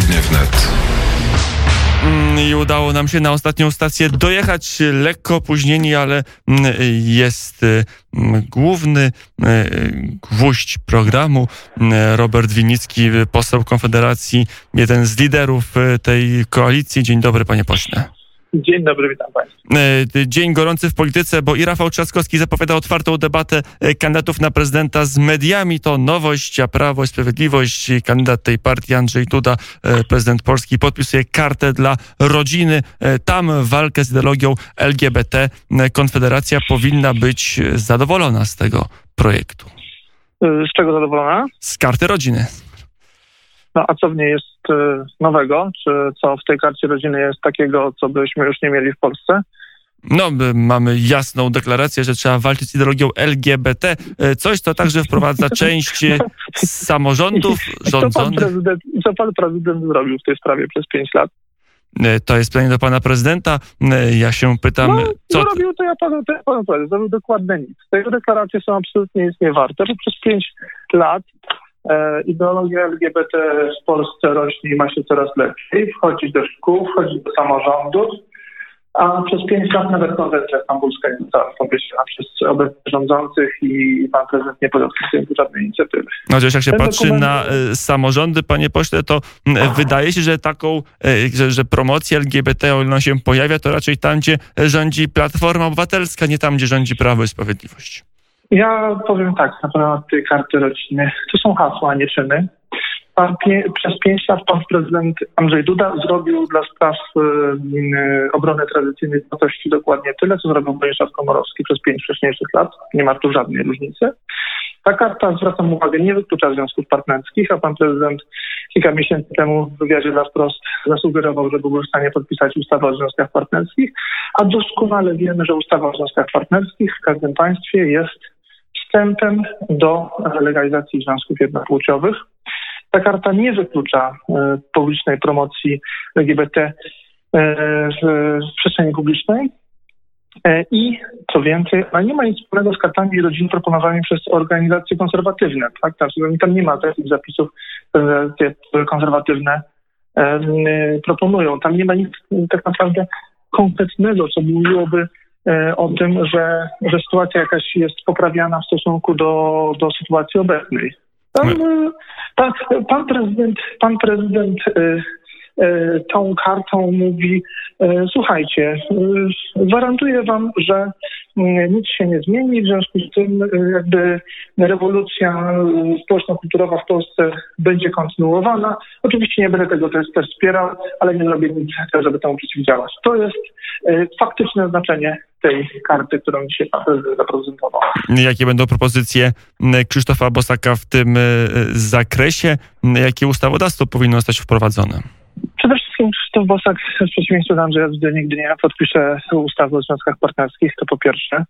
Popołudnie wnet. I udało nam się na ostatnią stację dojechać, lekko opóźnieni, ale jest główny gwóźdź programu. Robert Winnicki, poseł Konfederacji, jeden z liderów tej koalicji. Dzień dobry, panie pośle. Dzień dobry, witam państwa. Dzień gorący w polityce, bo i Rafał Trzaskowski zapowiada otwartą debatę kandydatów na prezydenta z mediami. To nowość, a Prawo i Sprawiedliwość, kandydat tej partii Andrzej Duda, prezydent Polski, podpisuje kartę dla rodziny. Tam walkę z ideologią LGBT. Konfederacja powinna być zadowolona z tego projektu. Z czego zadowolona? Z karty rodziny. No a co w niej jest nowego? Czy co w tej karcie rodziny jest takiego, co byśmy już nie mieli w Polsce? No, mamy jasną deklarację, że trzeba walczyć z ideologią LGBT. Coś, co także wprowadza część samorządów rządzonych. Co pan prezydent zrobił w tej sprawie przez 5 lat? To jest pytanie do pana prezydenta. Ja się pytam, co... robił, to ja panu powiem. Zrobił dokładnie nic. Te deklaracje są absolutnie nic nie warte, bo przez 5 lat ideologia LGBT w Polsce rośnie i ma się coraz lepiej. Wchodzi do szkół, wchodzi do samorządów, a przez 5 lat nawet konwencja stambulska nie została pomyślana przez obecnych rządzących i pan prezydent nie podjął żadnej inicjatywy. No, chociaż jak się patrzy na samorządy, panie pośle, to wydaje się, że taką, że promocja LGBT, o ile ona się pojawia, to raczej tam, gdzie rządzi Platforma Obywatelska, nie tam, gdzie rządzi Prawo i Sprawiedliwość. Ja powiem tak, na temat tej karty rodziny. To są hasła, a nie czyny. Przez 5 lat pan prezydent Andrzej Duda zrobił dla spraw obrony tradycyjnych wartości dokładnie tyle, co zrobił Bronisław Komorowski przez 5 wcześniejszych lat. Nie ma tu żadnej różnicy. Ta karta, zwracam uwagę, nie wyklucza związków partnerskich, a pan prezydent kilka miesięcy temu w wywiadzie dla Wprost zasugerował, że byłby w stanie podpisać ustawę o związkach partnerskich, a doskonale wiemy, że ustawa o związkach partnerskich w każdym państwie jest wstępem do legalizacji związków jednopłciowych. Ta karta nie wyklucza publicznej promocji LGBT w przestrzeni publicznej i co więcej, ona nie ma nic wspólnego z kartami rodzin proponowanymi przez organizacje konserwatywne. Tak? Tam nie ma takich zapisów, które organizacje konserwatywne proponują. Tam nie ma nic tak naprawdę konkretnego, co mówiłoby o tym, że sytuacja jakaś jest poprawiana w stosunku do sytuacji obecnej. Pan prezydent tą kartą mówi, słuchajcie, gwarantuję wam, że nic się nie zmieni, w związku z tym jakby rewolucja społeczno-kulturowa w Polsce będzie kontynuowana. Oczywiście nie będę tego też wspierał, ale nie zrobię nic, żeby temu przeciwdziałać. To jest faktyczne znaczenie tej karty, którą dzisiaj pan prezydent zaprezentował. Jakie będą propozycje Krzysztofa Bosaka w tym zakresie? Jakie ustawodawstwo powinno zostać wprowadzone? Przede wszystkim Krzysztof Bosak, w przeciwieństwie do Andrzeja Dudy, nigdy nie podpisze ustawy o związkach partnerskich, to po pierwsze.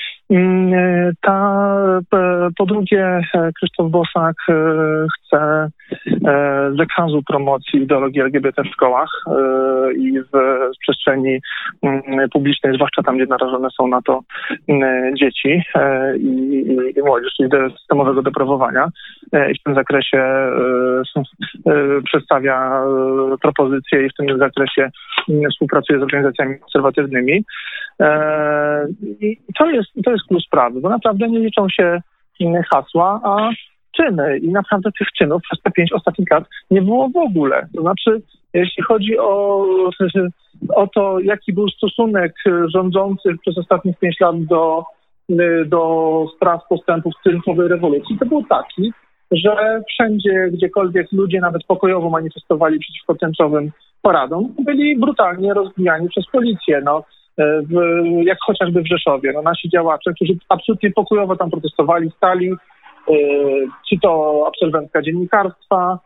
Po drugie, Krzysztof Bosak chce zakazu promocji ideologii LGBT w szkołach i w przestrzeni publicznej, zwłaszcza tam, gdzie narażone są na to dzieci i młodzież, czyli systemowego deprawowania. I w tym zakresie przedstawia propozycje i w tym zakresie współpracuje z organizacjami konserwatywnymi. I to jest klucz sprawy, bo naprawdę nie liczą się hasła, a czyny. I naprawdę tych czynów przez te 5 ostatnich lat nie było w ogóle. To znaczy, jeśli chodzi o to, jaki był stosunek rządzących przez ostatnich 5 lat do spraw postępów tymczasowej rewolucji, to był taki, że wszędzie, gdziekolwiek ludzie nawet pokojowo manifestowali przeciwko tęczowym paradom, byli brutalnie rozbijani przez policję. Jak chociażby w Rzeszowie. Nasi działacze, którzy absolutnie pokojowo tam protestowali, stali, czy to absolwentka dziennikarstwa,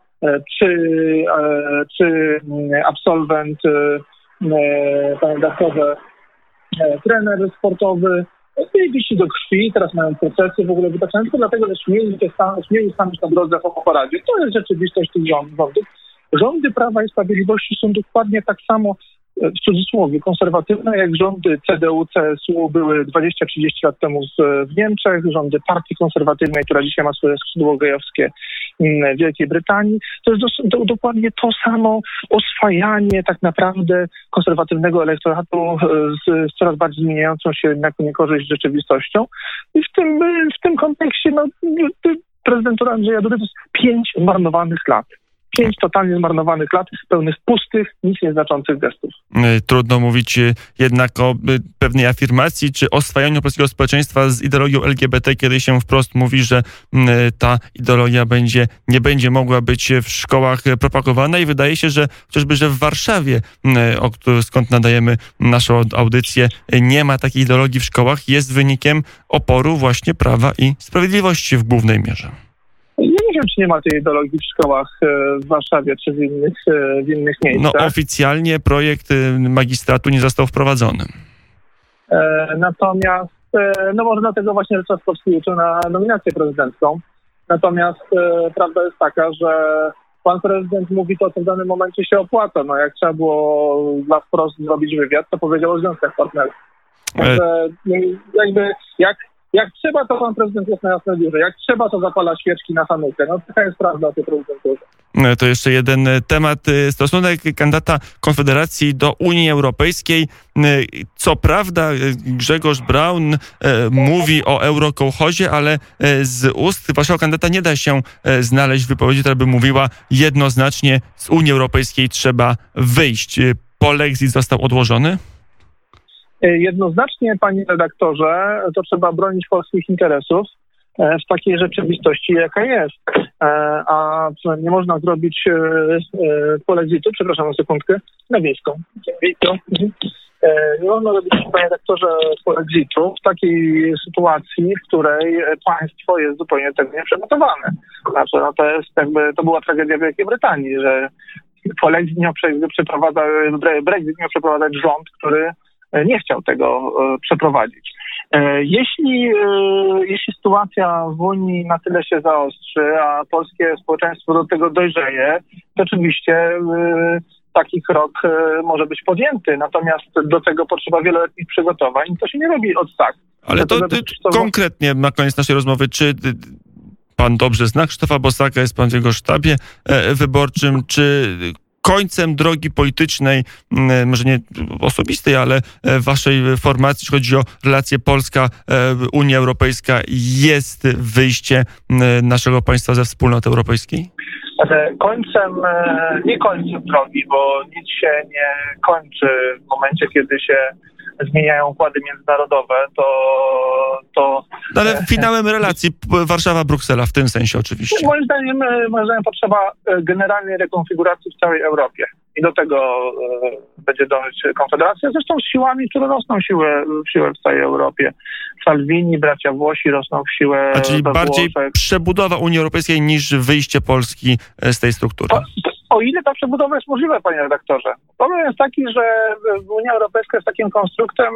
czy absolwent dachowy, trener sportowy, bili do krwi, teraz mają procesy w ogóle wytaczane, tylko dlatego, że śmieli stanąć na drodze w paradzie. To jest rzeczywistość tych rządów. Rządy Prawa i Sprawiedliwości są dokładnie tak samo, w cudzysłowie, konserwatywne, jak rządy CDU, CSU były 20-30 lat temu w Niemczech, rządy partii konserwatywnej, która dzisiaj ma swoje skrzydło gejowskie Wielkiej Brytanii. To jest dokładnie to samo oswajanie tak naprawdę konserwatywnego elektoratu z coraz bardziej zmieniającą się na niekorzyść rzeczywistością. I w tym kontekście prezydentura Andrzeja Dudy to jest 5 zmarnowanych lat. 5 totalnie zmarnowanych lat, pełnych pustych, nic nieznaczących gestów. Trudno mówić jednak o pewnej afirmacji czy oswajaniu polskiego społeczeństwa z ideologią LGBT, kiedy się wprost mówi, że ta ideologia nie będzie mogła być w szkołach propagowana i wydaje się, że chociażby, że w Warszawie, skąd nadajemy naszą audycję, nie ma takiej ideologii w szkołach, jest wynikiem oporu właśnie Prawa i Sprawiedliwości w głównej mierze. Ja nie wiem, czy nie ma tej ideologii w szkołach w Warszawie czy w innych miejscach. No oficjalnie projekt magistratu nie został wprowadzony. Natomiast, może dlatego właśnie Trzaskowski liczył na nominację prezydencką. Natomiast prawda jest taka, że pan prezydent mówi to, co w danym momencie się opłaca. No jak trzeba było dla wprost zrobić wywiad, to powiedział o związkach partnerskich. Jak trzeba, to pan prezydent jest na jasnej górze. Jak trzeba, to zapala świeczki na Hanukę. No taka jest prawda o tej prezydenturze. To jeszcze jeden temat. Stosunek kandydata Konfederacji do Unii Europejskiej. Co prawda Grzegorz Braun mówi o eurokołchozie, ale z ust waszego kandydata nie da się znaleźć wypowiedzi, która by mówiła jednoznacznie z Unii Europejskiej trzeba wyjść. Polexit został odłożony? Jednoznacznie, panie redaktorze, to trzeba bronić polskich interesów w takiej rzeczywistości, jaka jest. A nie można zrobić polexitu, przepraszam na sekundkę, na wiejską. Nie można robić, panie redaktorze, polexitu w takiej sytuacji, w której państwo jest zupełnie tego nieprzygotowane. Znaczy, to była tragedia Wielkiej Brytanii, że polexit miał Brexit miał przeprowadzać rząd, który nie chciał tego przeprowadzić. Jeśli sytuacja w Unii na tyle się zaostrzy, a polskie społeczeństwo do tego dojrzeje, to oczywiście taki krok może być podjęty. Natomiast do tego potrzeba wieloletnich przygotowań. To się nie robi od tak. Ale to konkretnie na koniec naszej rozmowy, czy pan dobrze zna Krzysztofa Bosaka, jest pan w jego sztabie wyborczym, czy końcem drogi politycznej, może nie osobistej, ale waszej formacji, jeśli chodzi o relacje Polska-Unia Europejska, jest wyjście naszego państwa ze Wspólnoty Europejskiej? Nie końcem drogi, bo nic się nie kończy w momencie, kiedy się zmieniają układy międzynarodowe, to ale finałem relacji Warszawa-Bruksela w tym sensie oczywiście. Moim zdaniem potrzeba generalnej rekonfiguracji w całej Europie. I do tego będzie dążyć Konfederacja, zresztą z siłami, które rosną w siłę w całej Europie. Salvini, bracia Włosi rosną w siłę. A czyli bardziej przebudowa Unii Europejskiej niż wyjście Polski z tej struktury. O ile ta przebudowa jest możliwa, panie redaktorze. Problem jest taki, że Unia Europejska jest takim konstruktem,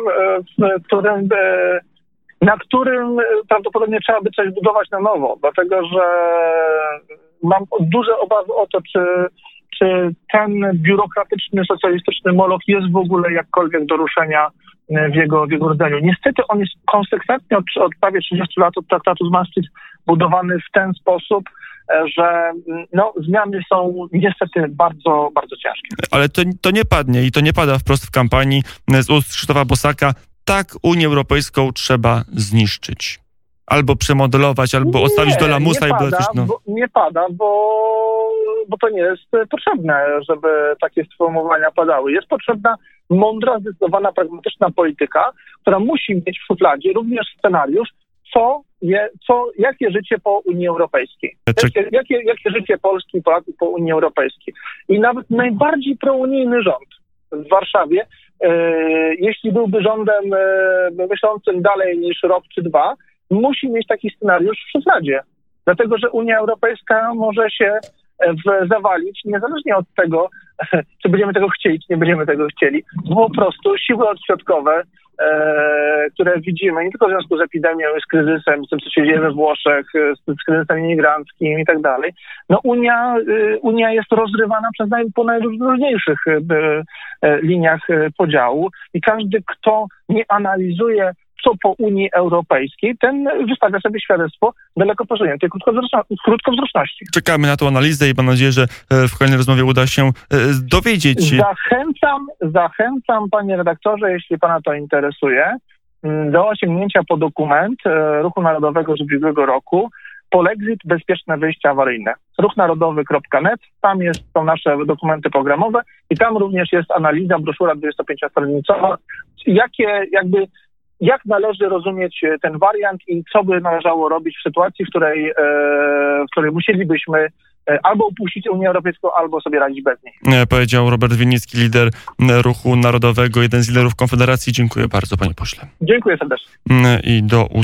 na którym prawdopodobnie trzeba by coś budować na nowo, dlatego że mam duże obawy o to, czy ten biurokratyczny, socjalistyczny moloch jest w ogóle jakkolwiek do ruszenia w jego rdzeniu. Niestety on jest konsekwentnie od prawie 30 lat od traktatu z Maastricht budowany w ten sposób, że zmiany są niestety bardzo, bardzo ciężkie. Ale to nie padnie i to nie pada wprost w kampanii z ust Krzysztofa Bosaka. Tak, Unię Europejską trzeba zniszczyć. Albo przemodelować, albo odstawić do lamusa. Nie pada, bo to nie jest potrzebne, żeby takie sformułowania padały. Jest potrzebna mądra, zdecydowana, pragmatyczna polityka, która musi mieć w szufladzie również scenariusz, jakie życie po Unii Europejskiej. Jakie życie Polski i Polaków po Unii Europejskiej. I nawet najbardziej prounijny rząd w Warszawie, jeśli byłby rządem myślącym dalej niż rok czy dwa, musi mieć taki scenariusz w szufladzie. Dlatego, że Unia Europejska może się zawalić, niezależnie od tego, czy będziemy tego chcieli, czy nie będziemy tego chcieli, bo po prostu siły odśrodkowe, które widzimy nie tylko w związku z epidemią, z kryzysem, z tym, co się dzieje we Włoszech, z kryzysem imigranckim i tak dalej, Unia jest rozrywana po najróżniejszych liniach podziału i każdy, kto nie analizuje co po Unii Europejskiej, ten wystawia sobie świadectwo daleko posuniętej krótkowzroczności. Czekamy na tą analizę i mam nadzieję, że w kolejnej rozmowie uda się dowiedzieć. Zachęcam, panie redaktorze, jeśli pana to interesuje, do osiągnięcia po dokument Ruchu Narodowego z ubiegłego roku Polexit Bezpieczne Wyjście Awaryjne. ruchnarodowy.net, tam są nasze dokumenty programowe i tam również jest analiza, broszura 25-stronicowa, jak należy rozumieć ten wariant i co by należało robić w sytuacji, w której musielibyśmy albo upuścić Unię Europejską, albo sobie radzić bez niej. Powiedział Robert Winnicki, lider Ruchu Narodowego, jeden z liderów Konfederacji. Dziękuję bardzo, panie pośle. Dziękuję serdecznie. I do